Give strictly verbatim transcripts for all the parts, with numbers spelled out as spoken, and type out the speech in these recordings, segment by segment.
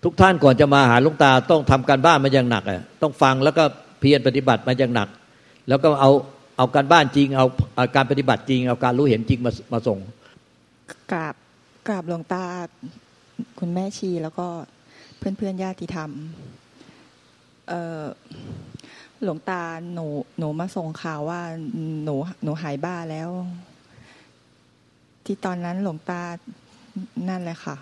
ทุกท่านก่อนจะมาหาหลวงตาต้องทำการบ้านมาอย่างหนักอ่ะต้องฟังแล้วก็เพียรปฏิบัติมาอย่างหนักแล้วก็เอาเอาการบ้านจริงเอาเอาการปฏิบัติจริงเอาการรู้เห็นจริงมามาส่งกราบกราบหลวงตาคุณแม่ชีแล้วก็เพื่อนเพื่อนญาติธรรมเอ่อหลวงตาหนูหนูมาส่งข่าวว่าหนูหนูหายบ้าแล้วที่ตอนนั้นหลวงตานั่นแหละค่ะ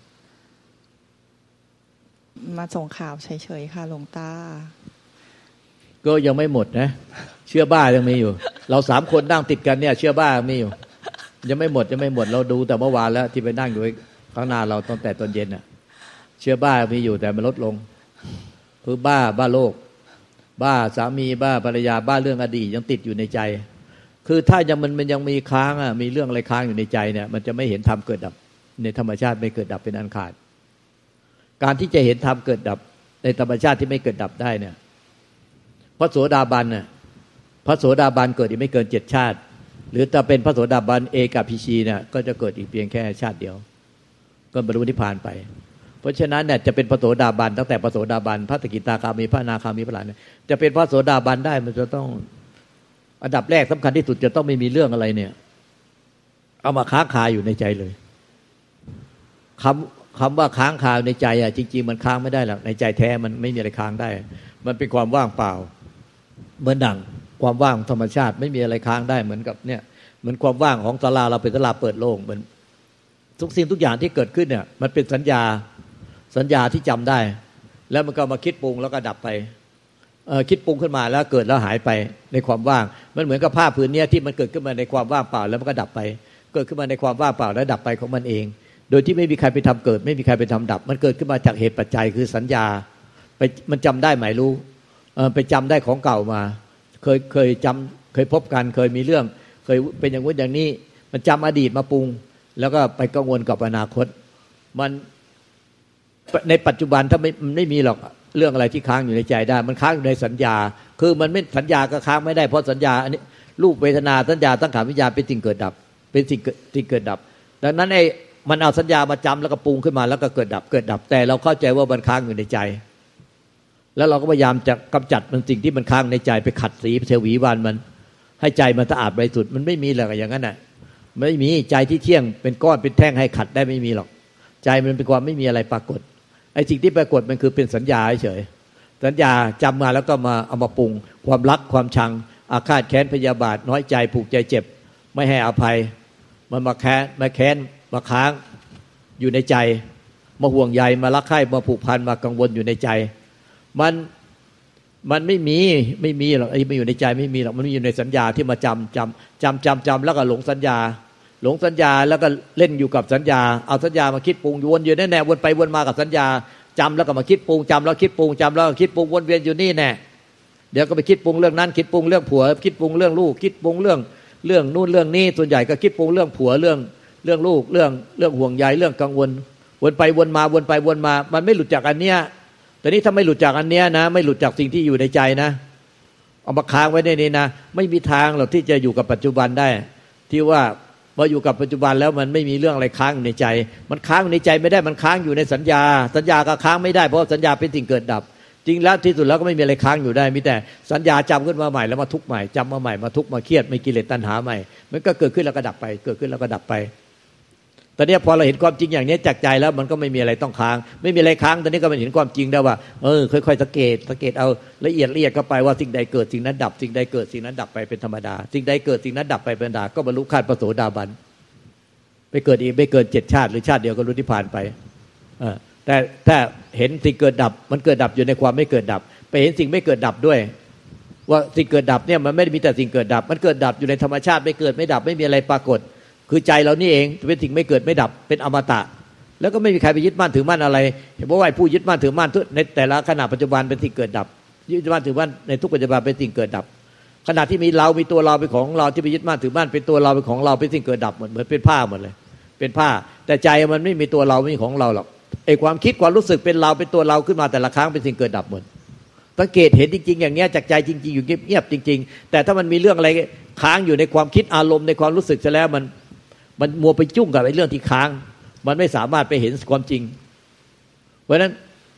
มาส่งข่าวเฉยๆค่ะหลวงตาก็ยังไม่หมดนะเชื่อบ้ายังมีอยู่เราสามคนนั่งติดกันเนี่ยเชื่อบ้ามีอยู่ยังไม่หมดยังไม่หมดเราดูแต่เมื่อวานแล้วที่ไปนั่งอยู่ข้างหน้าเราตั้งแต่ตอนเย็นน่ะเชื่อบ้ามีอยู่แต่มันลดลงคือบ้าบ้าโลกบ้าสามีบ้าภรรยาบ้าเรื่องอดีตยังติดอยู่ในใจคือถ้ายังมันมันยังมีค้างอ่ะมีเรื่องอะไรค้างอยู่ในใจเนี่ยมันจะไม่เห็นธรรมเกิดดับในธรรมชาติไม่เกิดดับเป็นอันขาดการที่จะเห็นธรรมเกิดดับในธรรมชาติที่ไม่เกิดดับได้เนี่ยพระโสดาบันน่ะพระโสดาบันเกิดอีกไม่เกินเจ็ดชาติหรือถ้าเป็นพระโสดาบันเอกพีชีเนี่ยก็จะเกิดอีกเพียงแค่ชาติเดียวก็บรรลุนิพพานไปเพราะฉะนั้นเนี่ยจะเป็นพระโสดาบันตั้งแต่พระโสดาบันพระสกิทาคามีพระอนาคามีพระอรหันต์จะเป็นพระโสดาบันได้มันจะต้องอันดับแรกสำคัญที่สุดจะต้องไม่มีเรื่องอะไรเนี่ยเอามาค้างคาอยู่ในใจเลยคำคำว่าค้างคาในใจอ่ะจริงๆมันค้างไม่ได้หรอกในใจแท้มันไม่มีอะไรค้างได้มันเป็นความว่างเปล่าเหมือนดั่งความว่างธรรมชาติไม่มีอะไรค้างได้เหมือนกับเนี่ยเหมือนความว่างของศาลาเราเป็นศาลาเปิดโล่งเหมือนทุกสิ่งทุกอย่างที่เกิดขึ้นเนี่ยมันเป็นสัญญาสัญญาที่จำได้แล้วมันก็มาคิดปรุงแล้วก็ดับไปเอ่อคิดปรุงขึ้นมาแล้วเกิดแล้วหายไปในความว่างมันเหมือนกับผ้าผืนนี้ที่มันเกิดขึ้นมาในความว่างเปล่าแล้วมันก็ดับไปเกิดขึ้นมาในความว่างเปล่าแล้วดับไปของมันเองโดยที่ไม่มีใครไปทำเกิดไม่มีใครไปทำดับมันเกิดขึ้นมาจากเหตุปัจจัยคือสัญญาไปมันจำได้หมายรู้เอ่อไปจำได้ของเก่ามาเคยเคยจำเคยพบกันเคยมีเรื่องเคยเป็นอย่างนู้นอย่างนี้มันจำอดีตมาปรุงแล้วก็ไปกังวลกับอนาคตมันในปัจจุบันถ้าไม่ไม่มีหรอกเรื่องอะไรที่ค้างอยู่ในใจได้มันค้างอยู่ในสัญญาคือมันไม่สัญญาก็ค้างไม่ได้เพราะสัญญาอันนี้รูปเวทนาสัญญาตั้งขันธ์วิญญาณเป็นสิ่งเกิดดับเป็นสิ่งที่เกิดดับดังนั้นไอ้มันเอาสัญญามาจำแล้วก็ปรุงขึ้นมาแล้วก็เกิดดับเกิดดับแต่เราเข้าใจว่ามันค้างอยู่ในใจแล้วเราก็พยายามจะกำจัดมันสิ่งที่มันค้างในใจไปขัดสีเฉวีวันมันให้ใจมันสะอาดบริสุทธิ์มันไม่มีหรอกอย่างนั้นน่ะไม่มีใจที่เที่ยงเป็นก้อนเป็นแท่งให้ขัดได้ไม่มีหรอกใจมันเป็นความไม่มีอะไรปรากฏไอ้สิ่งที่ปรากฏมันคือเป็นสัญญาเฉยสัญญาจำมาแล้วก็มาเอามาปรุงความรักความชังอาฆาตแค้นพยาบาทน้อยใจผูกใจเจ็บไม่ให้อภัยมันมาแค้นมาแค้นมาค้างอยู่ในใจมาห่วงใยมารักใคร่มาผูกพันมากังวลอยู่ในใจมันมันไม่มีไม่มีหรอกไอ้ไม่อยู่ในใจไม่มีหรอกมันมีอยู่ในสัญญาที่มาจำจำจำจำจำแล้วก็หลงสัญญาหลงสัญญาแล้วก็เล่นอยู่กับสัญญาเอาสัญญามาคิดปรุงวนอยู่แน่ๆวนไปวนมากับสัญญาจำแล้วก็มาคิดปรุงจำแล้วคิดปรุงจำแล้วคิดปรุงวนเวียนอยู่นี่แน่เดี๋ยวก็ไปคิดปรุงเรื่องนั้นคิดปรุงเรื่องผัวคิดปรุงเรื่องลูกคิดปรุงเรื่องเรื่องนู่นเรื่องนี้ส่วนใหญ่ก็คิดปรุงเรื่องผัวเรื่องเรื่องลูกเรื่องเรื่องห่วงใยเรื่องกังวลวนไปวนมาวนไปวนมามันไม่หลุดจากอันเนี้ยแต่นี้ถ้าไม่หลุดจากอันเนี้ยนะไม่หลุดจากสิ่งที่อยู่ในใจนะเอามาค้างไว้ในนี้นะไม่มีทางหรอกที่จะอยู่กับปัจจุบันได้ที่ว่าพออยู่กับปัจจุบันแล้วมันไม่มีเรื่องอะไรค้างอยู่ในใจมันค้างอยู่ในใจไม่ได้มันค้างอยู่ในสัญญาสัญญาก็ค้างไม่ได้เพราะสัญญาเป็นสิ่งเกิดดับจริงแล้วที่สุดแล้วก็ไม่มีอะไรค้างอยู่ได้มีแต่สัญญาจำขึ้นมาใหม่แล้วมาทุกข์ใหม่จำมาใหม่มาทุกข์มาเครียดไม่กิเลสตัณหาใหม่มันก็เกิดขึ้นแล้วก็ดับไปเกิดขึ้นแล้วก็ดับไปตอนนี้พอเราเห็นความจริงอย่างนี้จากใจแล้วมันก็ไม่มีอะไรต้องค้างไม่มีอะไรค้างตอนนี้ก็มันเห็นความจริงได้ว่าเออค่อยๆสังเกตสังเกตเอาละเอียดละเอียดเข้าไปว่าสิ่งใดเกิดสิ่งนั้นดับสิ่งใดเกิดสิ่งนั้นดับไปเป็นธรรมดาสิ่งใดเกิดสิ่งนั้นดับไปเป็นธรรมดาก็บรรลุขั้นพระโสดาบันไปเกิดอีกไม่เกินเจ็ดชาติหรือชาติเดียวก็รู้นิพพานไปแต่ถ้าเห็นสิ่งเกิดดับมันเกิดดับอยู่ในความไม่เกิดดับไปเห็นสิ่งไม่เกิดดับด้วยว่าสิ่งเกิดดับเนี่ยมันไม่ได้มีแต่สิ่งเกิดดับมันเกิดดับอยู่ในธรรมชาติไม่เกิดไม่ดับไม่มีอะไรปรากฏคือใจเรานี่เองเป็นสิ่งไม่เกิดไม่ดับเป็นอมตะแล้วก็ไม่มีใครไปยึดมั่นถือมั่นอะไรเพราะว่าผู้ยึดมั่นถือมั่นในแต่ละขณะปัจจุบันเป็นสิ่งเกิดดับยึดมั่นถือมั่นในทุกปัจจุบันเป็นสิ่งเกิดดับขณะที่มีเรามีตัวเราเป็นของเราที่ไปยึดมั่นถือมั่นเป็นตัวเราเป็นของเราเป็นสิ่งเกิดดับหมดเหมือนเป็นผ้าหมดเลยเป็นผ้าแต่ใจมันไม่มีตัวเราไม่มีของเราหรอกไอ้ความคิดความรู้สึกเป็นเราเป็นตัวเราขึ้นมาแต่ละครั้งเป็นสิ่งเกิดดับหมดสังเกตเห็นจริงๆอย่างเงี้ยจากใจจริงๆอยู่เงียบๆจริงๆแต่ถ้ามันมีเรื่องอะไรค้างอยู่ในความคิดอารมณ์ในความรู้สึกซะแล้วมันมันมัวไปจุ้งกับไอ้เรื่องที่ค้างมันไม่สามารถไปเห็นความจริงเพราะฉะนั้น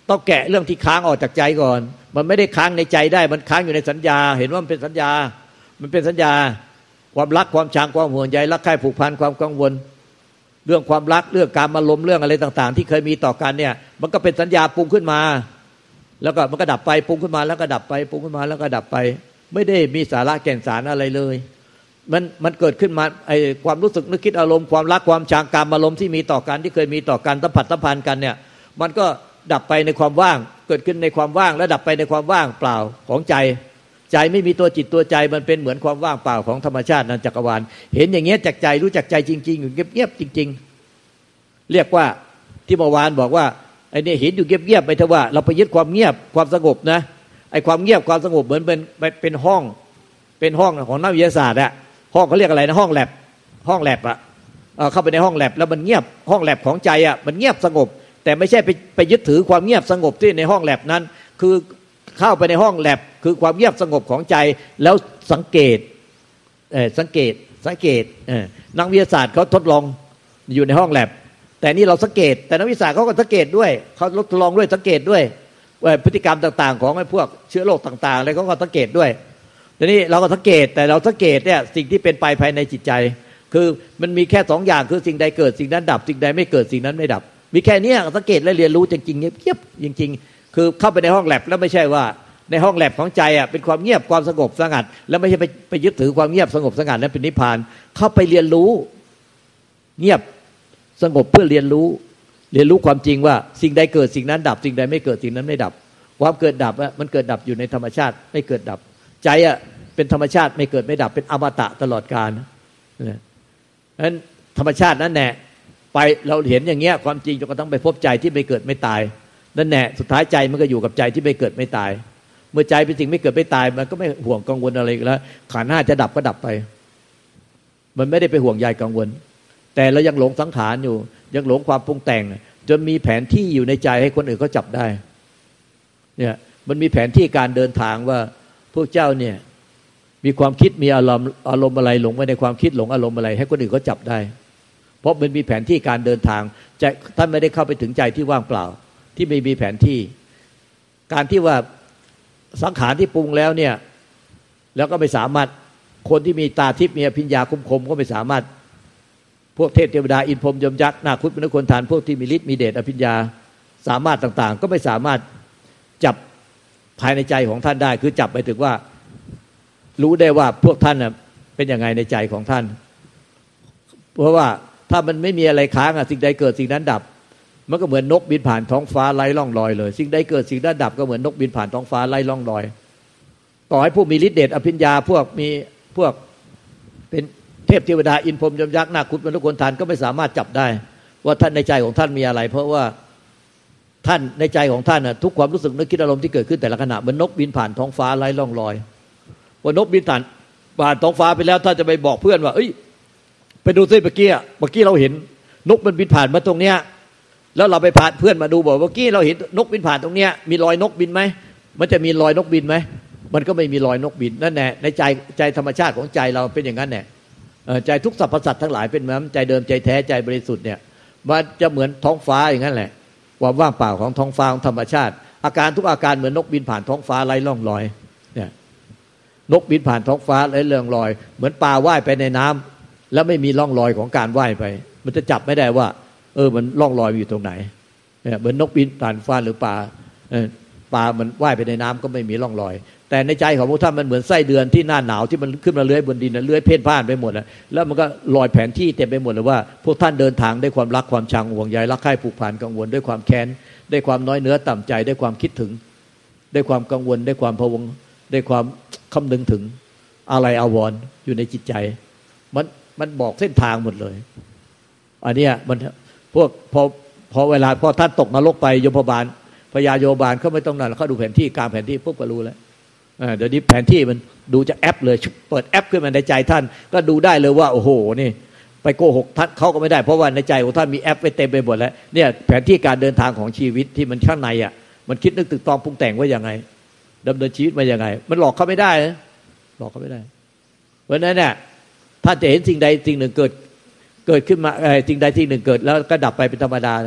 ต้องแกะเรื่องที่ค้างออกจากใจก่อนมันไม่ได้ค้างในใจได้มันค้างอยู่ในสัญญาเห็นว่ามันเป็นสัญญามันเป็นสัญญาความรักความชังความห่วงใยรักใคร่ผูกพันความกังวลเรื่องความรักเรื่องการอารมณ์เรื่องอะไรต่างๆที่เคยมีต่อกันเนี่ยมันก็เป็นสัญญาปรุงขึ้นมาแล้วก็มันก็ดับไปปรุงขึ้นมาแล้วก็ดับไปปรุงขึ้นมาแล้วก็ดับไปไม่ได้มีสาระแก่นสารอะไรเลยมันมันเกิดขึ้นมาไอ้ความรู้สึกนึกคิดอารมณ์ความรักความชังการอารมณ์ที่มีต่อกันที่เคยมีต่อกันสัมผัสสัมพันธ์กันเนี่ยมันก็ดับไปในความว่างเกิดขึ้นในความว่างแล้วดับไปในความว่างเปล่าของใจใจไม่มีตัวจิตตัวใจมันเป็นเหมือนความว่างเปล่าของธรรมชาตินั้นจักรวาลเห็นอย่างเงี้ยจากใจรู้จักใจจริงๆอยู่เงียบๆจริงๆเรียกว่าที่เมื่อวานบอกว่าไอ้นี่เห็นอยู่เงียบๆไปเถอะว่าเราไปยึดความเงียบความสงบนะไอ้ความเงียบความสงบเหมือนเป็นเป็นห้องเป็นห้องของนักวิทยาศาสตร์อะห้องเขาเรียกอะไรนะห้องแลบห้องแลบอะเข้าไปในห้องแลบแล้วมันเงียบห้องแลบของใจอะมันเงียบสงบแต่ไม่ใช่ไปไปยึดถือความเงียบสงบที่ในห้องแลบนั้นคือเข้าไปในห้องแลบคือความเงียบสงบของใจแล้วสังเกตเออสังเกตสังเกตเออนักวิทยาศาสตร์เขาทดลองอยู่ในห้องแลบแต่นี่เราสังเกตแต่นักวิทยาศาสตร์เขาก็สังเกตด้วยเขาทดลองด้วยสังเกตด้วยว่าพฤติกรรมต่างๆของไอ้พวกเชื้อโรคต่างๆอะไรเขาก็สังเกตด้วยทีนี้เราก็สังเกตแต่เราสังเกตเนี่ยสิ่งที่เป็นไปภายในจิตใจคือมันมีแค่สองอย่างคือสิ่งใดเกิดสิ่งนั้นดับสิ่งใดไม่เกิดสิ่งนั้นไม่ดับมีแค่นี้สังเกตและเรียนรู้จริงๆเงียบๆจริงๆคือเข้าไปในห้องแลบแล้วไม่ใช่ว่าในห้องแลบของใจอ่ะเป็นความเงียบความสงบสงัดแล้วไม่ใช่ไปไปยึดถือความเงียบสงบสงัดนั้นเป็นนิพพานเข้าไปเรียนรู้เงียบสงบเพื่อเรียนรู้เรียนรู้ความจริงว่าสิ่งใดเกิดสิ่งนั้นดับสิ่งใดไม่เกิดสิ่งนั้นไม่ดับความเกิดดับอ่ะมันเกิดดับอยู่ในธรรมชาติไม่เกิดดับใจอ่ะเป็นธรรมชาติไม่เกิดไม่ดับเป็นอมตะตลอดกาลนะนั้นธรรมชาตินั้นแน่ไปเราเห็นอย่างเงี้ยความจริงจนกระทั่งไปพบใจที่ไม่เกิดไม่ตายนั่นแน่สุดท้ายใจมันก็อยู่กับใจที่ไม่เกิดไม่ตายเมื่อใจเป็นสิ่งไม่เกิดไม่ตายมันก็ไม่ห่วงกังวลอะไรแล้วขันธ์ห้าจะดับก็ดับไปมันไม่ได้ไปห่วงใยกังวลแต่เรายังหลงสังขารอยู่ยังหลงความปรุงแต่งจนมีแผนที่อยู่ในใจให้คนอื่นเขาจับได้เนี่ยมันมีแผนที่การเดินทางว่าพวกเจ้าเนี่ยมีความคิดมีอารมณ์อารมณ์อะไรหลงไปในความคิดหลงอารมณ์อะไรให้คนอื่นเขาจับได้เพราะมันมีแผนที่การเดินทางใจท่านไม่ได้เข้าไปถึงใจที่ว่างเปล่าที่ไม่มีแผนที่การที่ว่าสังขารที่ปรุงแล้วเนี่ยแล้วก็ไม่สามารถคนที่มีตาทิพย์มีอภิญญาคุ้มคมก็ไม่สามารถพวกเทพเทวดาอินพรหมยมยักษ์นาคุตมนุษย์คนทานพวกที่มีฤทธิ์มีเดชอภิญญาสามารถต่างๆก็ไม่สามารถจับภายในใจของท่านได้คือจับไปถึงว่ารู้ได้ว่าพวกท่านน่ะเป็นยังไงในใจของท่านเพราะว่าถ้ามันไม่มีอะไรค้างอ่ะสิ่งใดเกิดสิ่งนั้นดับมันก็เหมือนนกบินผ่านท้องฟ้าไร้ร่องรอยเลยสิ่งใดเกิดสิ่งนั้นดับก็เหมือนนกบินผ่านท้องฟ้าไร้ร่องรอยต่อให้ผู้มีฤทธิ์เดชอภิญญาพวกมีพวกเป็นเทพเทวดาอินพรหมยมยักษ์นาคุตมนุษย์คนทานก็ไม่สามารถจับได้ว่าท่านในใจของท่านมีอะไรเพราะว่าท่านในใจของท่านน่ะทุกความรู้สึกนึกคิดอารมณ์ที่เกิดขึ้นแต่ละขณะเหมือนนกบินผ่านท้องฟ้าไร้ร่องรอยว่านกบินผ่านผ่านท้องฟ้าไปแล้วถ้าจะไปบอกเพื่อนว่าเอ้ยไปดูซิเมื่อกี้เมื่อกี้เราเห็นนกมันบินผ่านมาตรงเนี้ยแล้วเราไปพาเพื่อนมาดูบอกเมื่อกี้เราเห็นนกบินผ่านตรงเนี้ยมีรอยนกบินไหมมันจะมีรอยนกบินไหมมันก็ไม่มีรอยนกบินนั่นแหละในใจใจธรรมชาติของใจเราเป็นอย่างนั้นแหละใจทุกสรรพสัตว์ทั้งหลายเป็นเหมือนใจเดิมใจแท้ใจบริสุทธิ์เนี่ยมันจะเหมือนท้องฟ้าอย่างนั้นแหละความว่างเปล่าของท้องฟ้าของธรรมชาติอาการทุกอาการเหมือนนกบินผ่านท้องฟ้าไร้ร่องรอยเนี่ยนกบินผ่านท้องฟ้าไร้ร่องรอยเหมือนปลาว่ายไปในน้ำแล้วไม่มีร่องรอยของการว่ายไปมันจะจับไม่ได้ว่าเออมันร่องรอยอยู่ตรงไหนเนี่ยเหมือนนกบินผ่านฟ้าหรือปลาเออปลามันว่ายไปในน้ำก็ไม่มีร่องรอยแต่ในใจของพวกท่านมันเหมือนไส้เดือนที่หน้าหนาวที่มันขึ้นมาเลื้อยบนดินเลื้อยเพ่นพ่านไปหมดแล้วแล้วมันก็ลอยแผนที่เต็มไปหมดเลยว่าพวกท่านเดินทางด้วยความรักความชังห่วงใยรักใคร่ผูกพันกังวลด้วยความแค้นด้วยความน้อยเนื้อต่ำใจด้วยความคิดถึงด้วยความกังวลด้วยความพะวงด้วยความคำนึงถึงอะไรอาวรณ์อยู่ในจิตใจมันมันบอกเส้นทางหมดเลยอันเนี้ยมันพวกพอพอเวลาพอท่านตกนรกไปโยมบาลพญาโยบาลเขาไม่ต้องนั่นเขาดูแผนที่กลางแผนที่ปุ๊บก็รู้แล้วเดี๋ยวนี้แผนที่มันดูจะแอปเลยเปิดแอปขึ้นมาในใจท่านก็ดูได้เลยว่าโอ้โหนี่ไปโกหกท่านเขาก็ไม่ได้เพราะว่าในใจของท่านมีแอปไปเต็มไปหมดแล้วเนี่ยแผนที่การเดินทางของชีวิตที่มันข้างในอ่ะมันคิดนึกตึกตองปรุงแต่งว่ายังไงดำเนินชีวิตมายังไงมันหลอกเขาไม่ได้นะหลอกเขาไม่ได้เพราะนั้นเนี่ยถ้าจะเห็นสิ่งใดสิ่งหนึ่งเกิดเกิดขึ้นมาสิ่งใดสิ่งหนึ่งเกิดแล้วก็ดับไปเป็นธรรมดาเนี่ย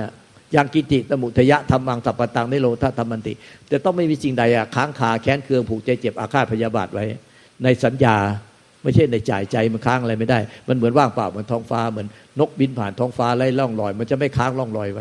ยังกิติสมุทยะธรรมังสัพพตังนิโรธาธรรมันติแต่ต้องไม่มีสิ่งใดอะค้างคาแค้นเคืองผูกใจเจ็บอาฆาตพยาบาทไว้ในสัญญาไม่ใช่ในใจใจมันค้างอะไรไม่ได้มันเหมือนว่างเปล่าเหมือนท้องฟ้าเหมือนนกบินผ่านท้องฟ้าไล่ล่องลอยมันจะไม่ค้างล่องลอยไว้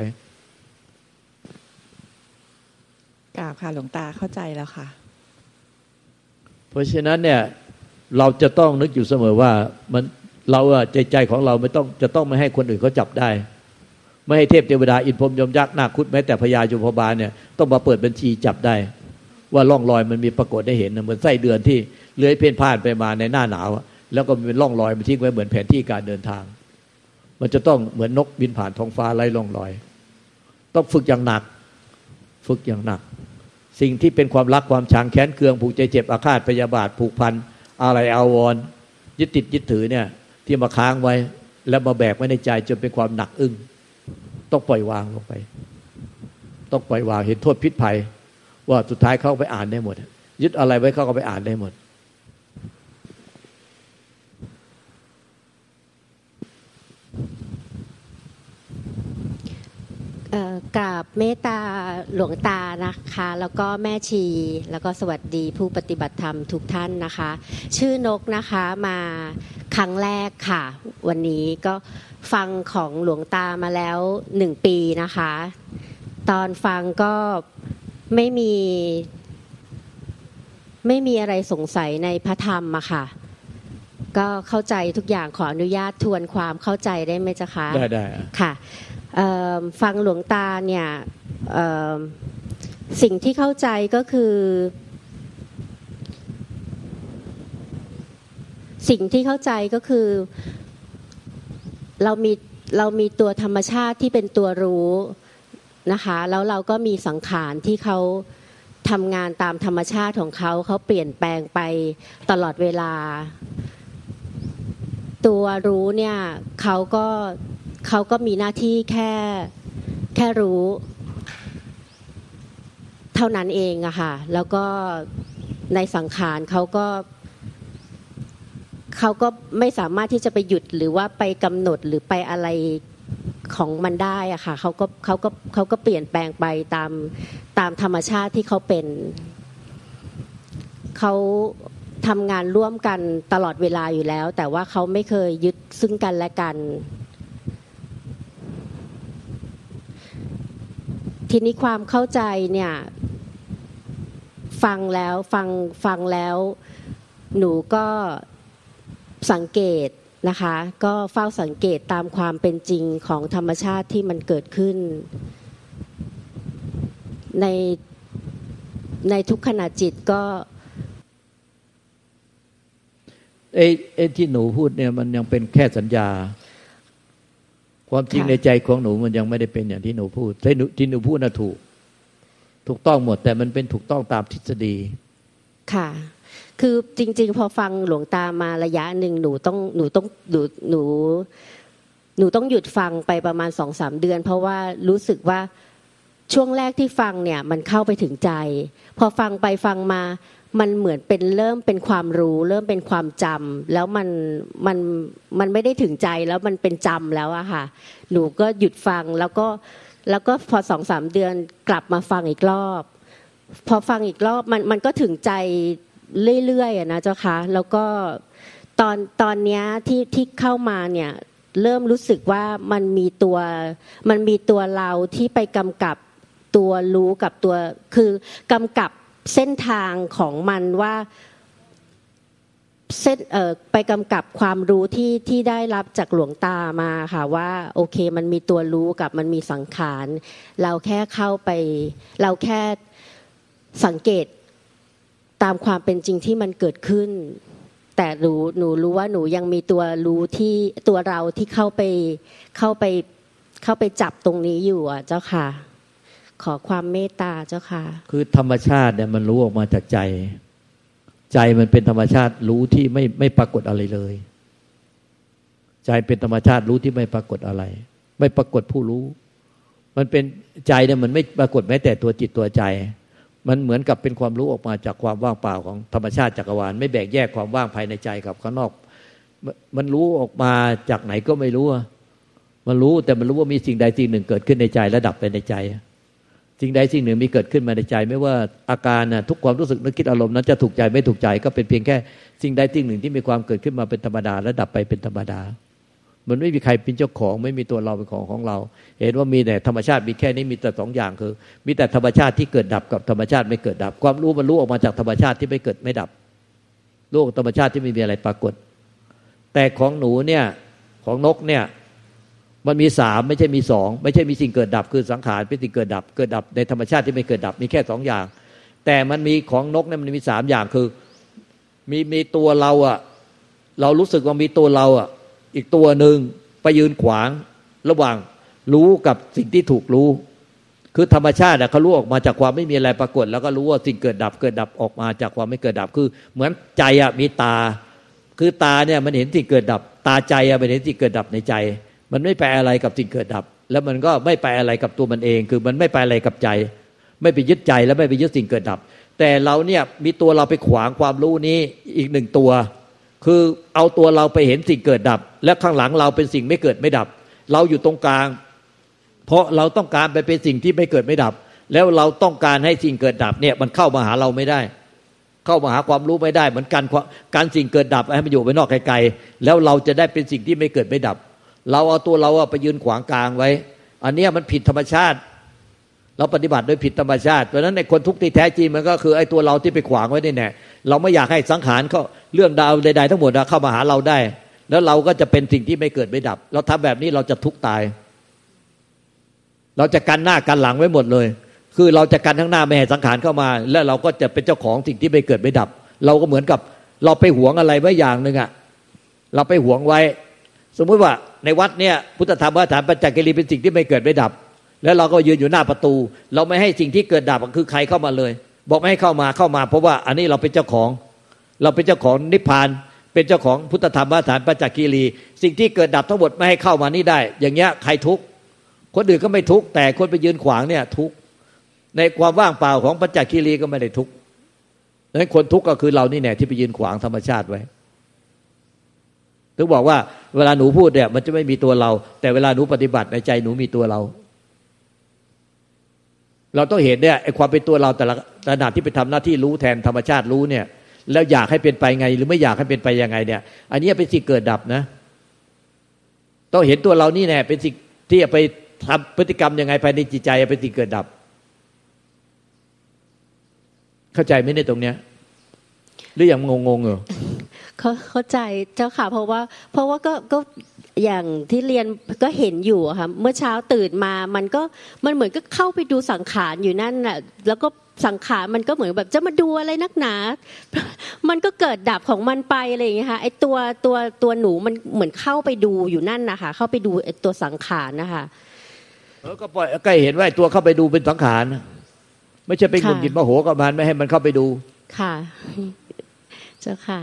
กราบค่ะหลวงตาเข้าใจแล้วค่ะเพราะฉะนั้นเนี่ยเราจะต้องนึกอยู่เสมอว่ามันเราอะใจใจของเราไม่ต้องจะต้องไม่ให้คนอื่นเขาจับได้ไม่ให้เทพเทวดาอินพรหมยมยักษ์นาคคุดแม้แต่พญายมพบาลเนี่ยต้องมาเปิดบัญชีจับได้ว่าร่องรอยมันมีปรากฏได้เห็นเหมือนไส้เดือนที่เลื้อยเพ่นพ่านไปมาในหน้าหนาวแล้วก็มีร่องรอยมันทิ้งไว้เหมือนแผนที่การเดินทางมันจะต้องเหมือนนกบินผ่านท้องฟ้าไร้ร่องรอยต้องฝึกอย่างหนักฝึกอย่างหนักสิ่งที่เป็นความรักความชังแค้นเคืองผูกใจเจ็บอาฆาตพยาบาทผูกพันอะไรอาวรณ์ยึดติดยึดถือเนี่ยที่มาค้างไว้แล้วมาแบกไว้ในใจจนเป็นความหนักอึ้งต้องปล่อยวางลงไปต้องปล่อยวางเห็นโทษพิษภัยว่าสุดท้ายเขาไปอ่านได้หมดยึดอะไรไว้เขาก็ไปอ่านได้หมดกราบเมตตาหลวงตานะคะแล้วก็แม่ชีแล้วก็สวัสดีผู้ปฏิบัติธรรมทุกท่านนะคะชื่อนกนะคะมาครั้งแรกค่ะวันนี้ก็ฟังของหลวงตามาแล้วหนึ่งปีนะคะตอนฟังก็ไม่มีไม่มีอะไรสงสัยในพระธรรมอะค่ะก็เข้าใจทุกอย่างขออนุญาตทวนความเข้าใจได้ไหมจ๊ะคะได้ได้ค่ะฟังหลวงตาเนี่ยสิ่งที่เข้าใจก็คือสิ่งที่เข้าใจก็คือเรามีเรามีตัวธรรมชาติที่เป็นตัวรู้นะคะแล้วเราก็มีสังขารที่เขาทำงานตามธรรมชาติของเขาเขาเปลี่ยนแปลงไปตลอดเวลาตัวรู้เนี่ยเขาก็เขาก็มีหน้าที่แค่แค่รู้เท่านั้นเองอะค่ะแล้วก็ในสังขารเขาก็เขาก็ไม่สามารถที่จะไปหยุดหรือว่าไปกำหนดหรือไปอะไรของมันได้อะค่ะเขาก็เขาก็เขาก็เปลี่ยนแปลงไปตามตามธรรมชาติที่เขาเป็นเขาทำงานร่วมกันตลอดเวลาอยู่แล้วแต่ว่าเขาไม่เคยยึดซึ่งกันและกันทีนี้ความเข้าใจเนี่ยฟังแล้วฟังฟังแล้วหนูก็สังเกตนะคะก็เฝ้าสังเกตตามความเป็นจริงของธรรมชาติที่มันเกิดขึ้นในในทุกขณะจิตก็ไอ้ไอ้ที่หนูพูดเนี่ยมันยังเป็นแค่สัญญาความจริงในใจของหนูมันยังไม่ได้เป็นอย่างที่หนูพูดที่หนูที่หนูพูดน่ะถูกถูกต้องหมดแต่มันเป็นถูกต้องตามทฤษฎีค่ะคือจริงๆพอฟังหลวงตามาระยะหนึ่งหนูต้องหนูต้องหนูหนูหนูต้องหยุดฟังไปประมาณ สองสาม เดือนเพราะว่ารู้สึกว่าช่วงแรกที่ฟังเนี่ยมันเข้าไปถึงใจพอฟังไปฟังมามันเหมือนเป็นเริ่มเป็นความรู้เริ่มเป็นความจำแล้วมันมันมันไม่ได้ถึงใจแล้วมันเป็นจำแล้วอะค่ะหนูก็หยุดฟังแล้วก็แล้วก็พอ สองสาม เดือนกลับมาฟังอีกรอบพอฟังอีกรอบมันมันก็ถึงใจเรื่อยๆอะนะเจ้าค่ะแล้วก็ตอนตอนเนี้ยที่ที่เข้ามาเนี่ยเริ่มรู้สึกว่ามันมีตัวมันมีตัวเราที่ไปกำกับตัวรู้กับตัวคือกำกับเส้นทางของมันว่าเส้นเอ่อไปกำกับความรู้ที่ที่ได้รับจากหลวงตามาค่ะว่าโอเคมันมีตัวรู้กับมันมีสังขารเราแค่เข้าไปเราแค่สังเกตตามความเป็นจริงที่มันเกิดขึ้นแต่หนูหนูรู้ว่าหนูยังมีตัวรู้ที่ตัวเราที่เข้าไปเข้าไปเข้าไปจับตรงนี้อยู่อ่ะเจ้าค่ะขอความเมตตาเจ้าค่ะคือธรรมชาติเนี่ยมันรู้ออกมาจากใจใจมันเป็นธรรมชาติรู้ที่ไม่ไม่ปรากฏอะไรเลยใจเป็นธรรมชาติรู้ที่ไม่ปรากฏอะไรไม่ปรากฏผู้รู้มันเป็นใจเนี่ยมันไม่ปรากฏแม้แต่ตัวจิตตัวใจมันเหมือนกับเป็นความรู้ออกมาจากความว่างเปล่าของธรรมชาติจักรวาลไม่แบ่งแยกความว่างภายในใจกับข้างนอกมันรู้ออกมาจากไหนก็ไม่รู้มันรู้แต่มันรู้ว่ามีสิ่งใดสิ่งหนึ่งเกิดขึ้นในใจและดับไปในใจสิ่งใดสิ่งหนึ่งมีเกิดขึ้นมาในใจไม่ว่าอาการน่ะทุกความรู้สึกนึกคิดอารมณ์นั้นจะถูกใจไม่ถูกใจก็เป็นเพียงแค่สิ่งใดสิ่งหนึ่งที่มีความเกิดขึ้นมาเป็นธรรมดาและดับไปเป็นธรรมดามันไม่มีใครเป็นเจ้าของไม่มีตัวเราเป็นของของเราเห็นว่ามีแต่ธรรมชาติมีแค่นี้มีแต่สองอย่างคือมีแต่ธรรมชาติที่เกิดดับกับธรรมชาติไม่เกิดดับความรู้มันรู้ออกมาจากธรรมชาติที่ไม่เกิดไม่ดับโลกธรรมชาติที่ไม่มีอะไรปรากฏแต่ของหนูเนี่ยของนกเนี่ยมันมีสามไม่ใช่มีสองไม่ใช่มีสิ่งเกิดดับคือสังขารเป็นสิ่งเกิดดับเกิดดับในธรรมชาติที่ไม่เกิดดับมีแค่สองอย่างแต่มันมีของนกเนี่ยมันมีสามอย่างคือมีมีตัวเราอะเรารู้สึกว่ามีตัวเราอะอีกตัวหนึ่งไปยืนขวางระหว่างรู้กับสิ่งที่ถูกรู้คือธรรมชาติเขารู้ออกมาจากความไม่มีอะไรปรากฏแล้วก็รู้ว่าสิ่งเกิดดับเกิดดับออกมาจากความไม่เกิดดับคือเหมือนใจอะมีตาคือตาเนี่ยมันเห็นสิ่งเกิดดับตาใจอะมันเห็นสิ่งเกิดดับในใจมันไม่แปลอะไรกับสิ่งเกิดดับแล้วมันก็ไม่แปลอะไรกับตัวมันเองคือมันไม่แปลอะไรกับใจไม่ไปยึดใจแล้วไม่ไปยึดสิ่งเกิดดับแต่เราเนี่ยมีตัวเราไปขวางความรู้นี้อีกหนึ่งตัวคือเอาตัวเราไปเห็นสิ่งเกิดดับและข้างหลังเราเป็นสิ่งไม่เกิดไม่ดับเราอยู่ตรงกลางเพราะเราต้องการไปเป็นสิ่งที่ไม่เกิดไม่ดับแล้วเราต้องการให้สิ่งเกิดดับเนี่ยมันเข้ามาหาเราไม่ได้เข้ามาหาความรู้ไม่ได้เหมือนกันการสิ่งเกิดดับให้มันอยู่ไปนอกไกลๆแล้วเราจะได้เป็นสิ่งที่ไม่เกิดไม่ดับเราเอาตัวเราไปยืนขวางกลางไว้อันนี้มันผิดธรรมชาติเราปฏิบัติโดยผิดธรรมชาติเพราะฉะนั้นในคนทุกข์ที่แท้จริงมันก็คือไอ้ตัวเราที่ไปขวางไว้นี่แน่เราไม่อยากให้สังขารเขาเรื่องดาวใดๆทั้งหมดเข้ามาหาเราได้แล้วเราก็จะเป็นสิ่งที่ไม่เกิดไม่ดับเราทำแบบนี้เราจะทุกข์ตายเราจะกันหน้ากันหลังไว้หมดเลยคือเราจะกันทั้งหน้าไม่ให้สังขารเข้ามาแล้วเราก็จะเป็นเจ้าของสิ่งที่ไม่เกิดไม่ดับเราก็เหมือนกับเราไปหวงอะไรไว้อย่างนึงอ่ะเราไปหวงไว้สมมุติว่าในวัดเนี่ยพุทธธรรมสถานปัญจคีรีเป็นสิ่งที่ไม่เกิดไม่ดับแล้วเราก็ยืนอยู่หน้าประตูเราไม่ให้สิ่งที่เกิดดับคือใครเข้ามาเลยบอกไม่ให้เข้ามาเข้ามาเพราะว่าอันนี้เราเป็นเจ้าของเราเป็นเจ้าของนิพพานเป็นเจ้าของพุทธธรรมสถานปัญจคีรีสิ่งที่เกิดดับทั้งหมดไม่ให้เข้ามานี่ได้อย่างเงี้ยใครทุกข์คนอื่นก็ไม่ทุกข์แต่คนไปยืนขวางเนี่ยทุกข์ในความว่างเปล่าของปัญจคีรีก็ไม่ได้ทุกข์ดังนั้นคนทุกข์ก็คือเรานี่แน่ที่ไปยืนขวางธรรมชาติไว้ถึงบอกว่าเวลาหนูพูดเนี่ยมันจะไม่มีตัวเราแต่เวลาหนูปฏิบัติในใจหนูมีตัวเราเราต้องเห็นเนี่ยไอ้ความเป็นตัวเราแต่ละขณะที่ไปทำหน้าที่รู้แทนธรรมชาติรู้เนี่ยแล้วอยากให้เป็นไปไงหรือไม่อยากให้เป็นไปยังไงเนี่ยอันนี้เป็นสิ่งเกิดดับนะต้องเห็นตัวเรานี่แน่เป็นสิ่งที่จะไปทำพฤติกรรมยังไงภายในจิตใจเป็นสิ่งเกิดดับเข้าใจไหมในตรงเนี้ยหรือยังงงๆเหรอเขาเข้าใจเจ้าค่ะเพราะว่าเพราะว่าก็ก็อย่างที่เรียนก็เห็นอยู่ค่ะเมื่อเช้าตื่นมามันก็มันเหมือนก็เข้าไปดูสังขารอยู่นั่นน่ะแล้วก็สังขารมันก็เหมือนแบบจะมาดูอะไรนักหนามันก็เกิดดับของมันไปอะไรอย่างเงี้ยค่ะไอ้ตัวตัวตัวหนูมันเหมือนเข้าไปดูอยู่นั่นนะคะเข้าไปดูไอ้ตัวสังขารนะคะเออก็ปล่อยก็เห็นว่าไอ้ตัวเข้าไปดูเป็นสังขารไม่ใช่ไปหงุดหงิดโมโหกับมันไม่ให้มันเข้าไปดูค่ะเจ้าค่ะ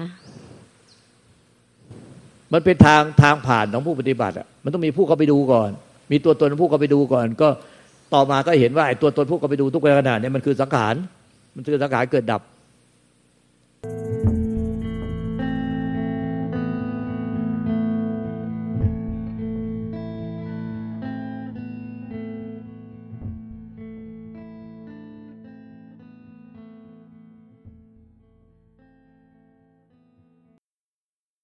มันเป็นทางทางผ่านของผู้ปฏิบัติอ่ะมันต้องมีผู้เข้าไปดูก่อนมีตัวตนผู้เข้าไปดูก่อนก็ต่อมาก็เห็นว่าไอ้ตัวตนผู้เข้าไปดูทุกขณะเนี่ยมันคือสังขารมันคือสังขารเกิดดับ